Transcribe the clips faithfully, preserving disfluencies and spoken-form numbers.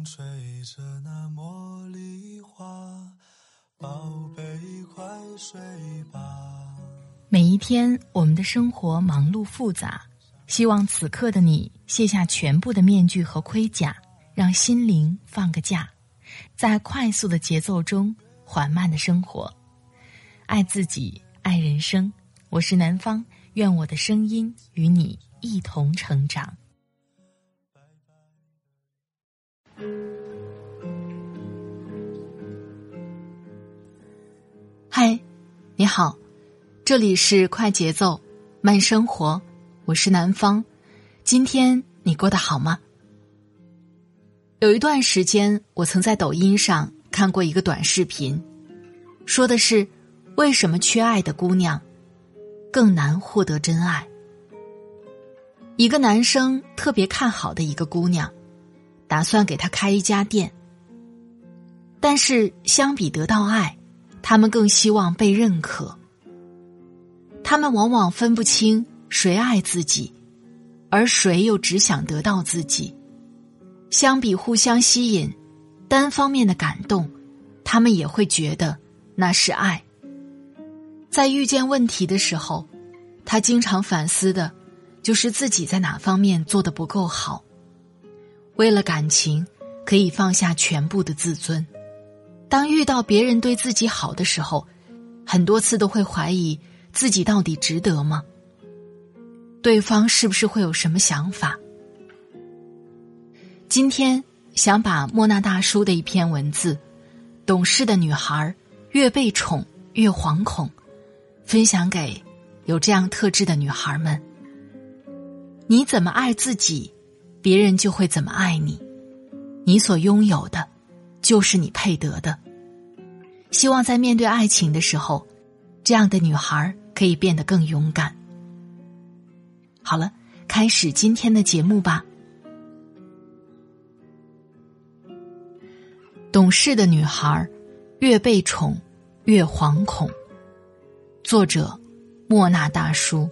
吹着那茉莉花，宝贝快睡吧。 每一天，我们的生活忙碌复杂，希望此刻的你卸下全部的面具和盔甲，让心灵放个假，在快速的节奏中缓慢的生活，爱自己，爱人生。我是南方，愿我的声音与你一同成长。嗨，你好，这里是快节奏慢生活，我是南方。今天你过得好吗？有一段时间，我曾在抖音上看过一个短视频，说的是为什么缺爱的姑娘更难获得真爱。一个男生特别看好的一个姑娘，打算给她开一家店，但是相比得到爱，他们更希望被认可。他们往往分不清谁爱自己，而谁又只想得到自己。相比互相吸引，单方面的感动，他们也会觉得那是爱。在遇见问题的时候，他经常反思的就是自己在哪方面做得不够好。为了感情，可以放下全部的自尊。当遇到别人对自己好的时候，很多次都会怀疑自己到底值得吗？对方是不是会有什么想法？今天想把莫那大叔的一篇文字《懂事的女孩越被宠越惶恐》分享给有这样特质的女孩们。你怎么爱自己，别人就会怎么爱你。你所拥有的就是你配得的。希望在面对爱情的时候，这样的女孩可以变得更勇敢。好了，开始今天的节目吧。懂事的女孩越被宠越惶恐。作者莫那大叔。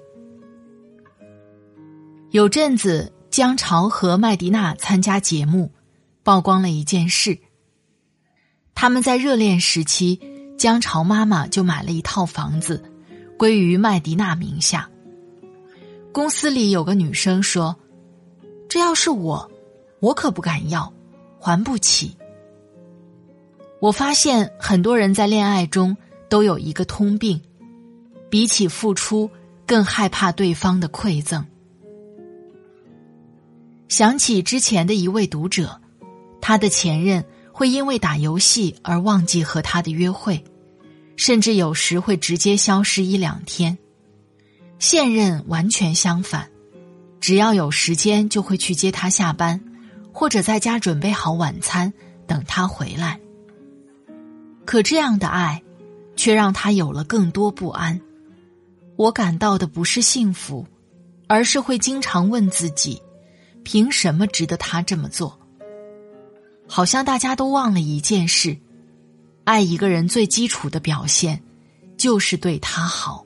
有阵子姜潮和麦迪娜参加节目，曝光了一件事。他们在热恋时期，姜潮妈妈就买了一套房子，归于麦迪娜名下。公司里有个女生说，这要是我，我可不敢要，还不起。我发现很多人在恋爱中都有一个通病，比起付出，更害怕对方的馈赠。想起之前的一位读者，他的前任会因为打游戏而忘记和他的约会，甚至有时会直接消失一两天。现任完全相反，只要有时间就会去接他下班，或者在家准备好晚餐等他回来。可这样的爱却让他有了更多不安。我感到的不是幸福，而是会经常问自己，凭什么值得他这么做？好像大家都忘了一件事，爱一个人最基础的表现就是对他好。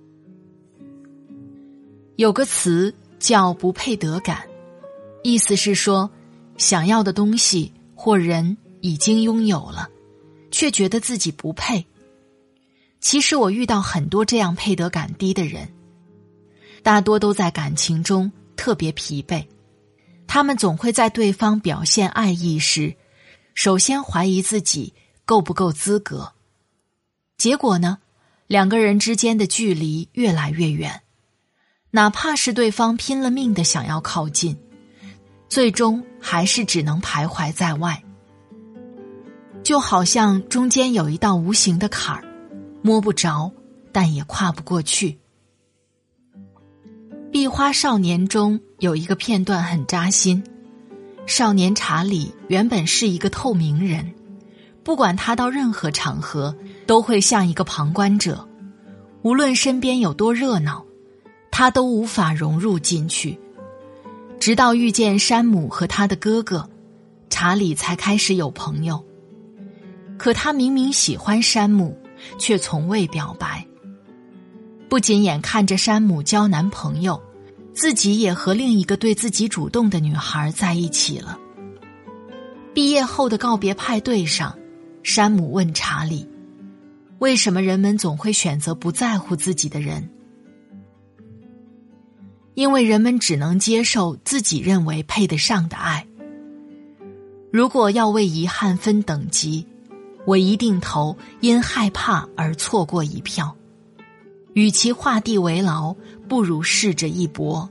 有个词叫不配得感，意思是说，想要的东西或人已经拥有了，却觉得自己不配。其实我遇到很多这样配得感低的人，大多都在感情中特别疲惫。他们总会在对方表现爱意时，首先怀疑自己够不够资格。结果呢，两个人之间的距离越来越远，哪怕是对方拼了命的想要靠近，最终还是只能徘徊在外。就好像中间有一道无形的坎儿，摸不着，但也跨不过去。《壁花少年》中有一个片段很扎心，少年查理原本是一个透明人，不管他到任何场合都会像一个旁观者，无论身边有多热闹，他都无法融入进去。直到遇见山姆和他的哥哥，查理才开始有朋友。可他明明喜欢山姆，却从未表白。不仅眼看着山姆交男朋友，自己也和另一个对自己主动的女孩在一起了。 毕业后的告别派对上，山姆问查理，为什么人们总会选择不在乎自己的人？因为人们只能接受自己认为配得上的爱。如果要为遗憾分等级，我一定投因害怕而错过一票。与其画地为牢，不如试着一搏。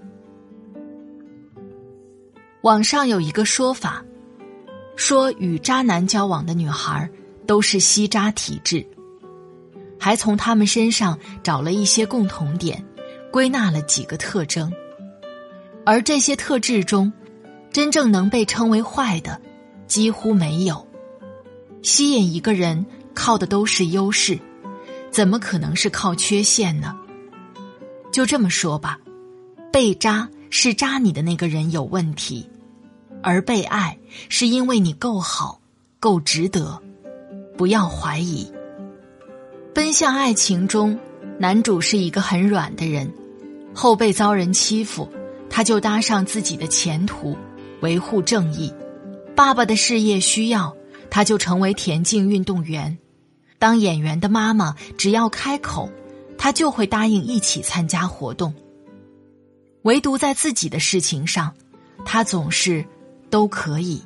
网上有一个说法，说与渣男交往的女孩都是吸渣体质，还从他们身上找了一些共同点，归纳了几个特征。而这些特质中，真正能被称为坏的几乎没有。吸引一个人靠的都是优势，怎么可能是靠缺陷呢？就这么说吧，被渣是渣你的那个人有问题，而被爱是因为你够好，够值得，不要怀疑。奔向爱情中，男主是一个很软的人，后被遭人欺负，他就搭上自己的前途，维护正义。爸爸的事业需要，他就成为田径运动员。当演员的妈妈只要开口，他就会答应一起参加活动。唯独在自己的事情上，他总是都可以。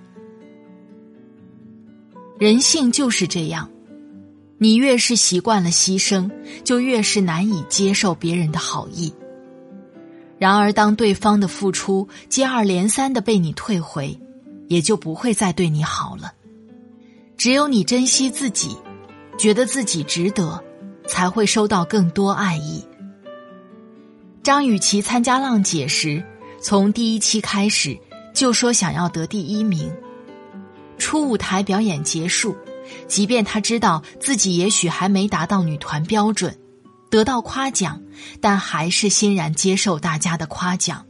人性就是这样，你越是习惯了牺牲，就越是难以接受别人的好意。然而当对方的付出接二连三地被你退回，也就不会再对你好了。只有你珍惜自己，觉得自己值得，才会收到更多爱意。张雨绮参加浪姐时，从第一期开始就说想要得第一名。初舞台表演结束，即便她知道自己也许还没达到女团标准，得到夸奖，但还是欣然接受大家的夸奖。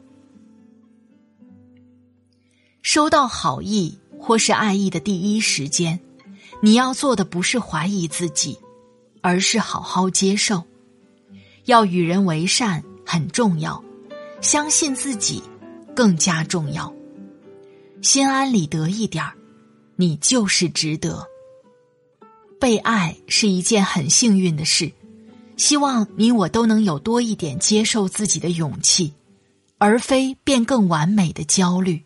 收到好意或是爱意的第一时间，你要做的不是怀疑自己，而是好好接受。要与人为善很重要，相信自己更加重要。心安理得一点儿，你就是值得。被爱是一件很幸运的事，希望你我都能有多一点接受自己的勇气，而非变更完美的焦虑。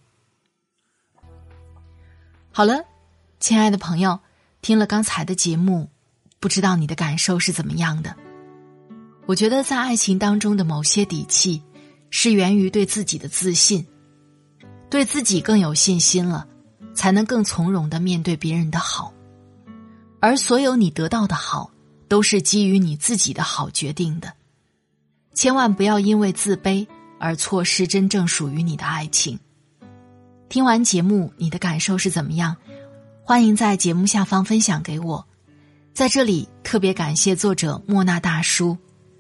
好了，亲爱的朋友，听了刚才的节目，不知道你的感受是怎么样的？我觉得在爱情当中的某些底气，是源于对自己的自信，对自己更有信心了，才能更从容地面对别人的好。而所有你得到的好，都是基于你自己的好决定的。千万不要因为自卑而错失真正属于你的爱情。听完节目，你的感受是怎么样？欢迎在节目下方分享给我。在这里特别感谢作者莫那大叔。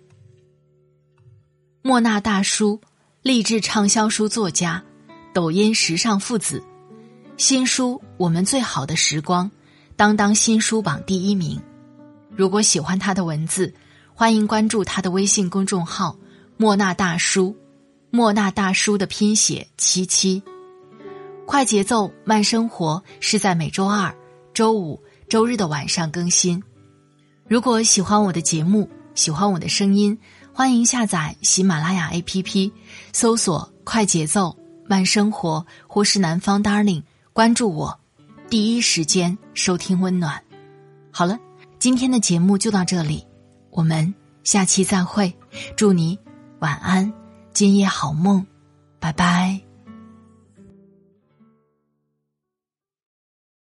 莫那大叔，励志畅销书作家，抖音时尚父子，新书《我们最好的时光》当当新书榜第一名。如果喜欢他的文字，欢迎关注他的微信公众号莫那大叔，莫那大叔的拼写七七。快节奏慢生活是在每周二、周五、周日的晚上更新。如果喜欢我的节目，喜欢我的声音，欢迎下载喜马拉雅 A P P， 搜索快节奏慢生活或是南方 Darling， 关注我，第一时间收听温暖。好了，今天的节目就到这里，我们下期再会，祝你晚安，今夜好梦，拜拜。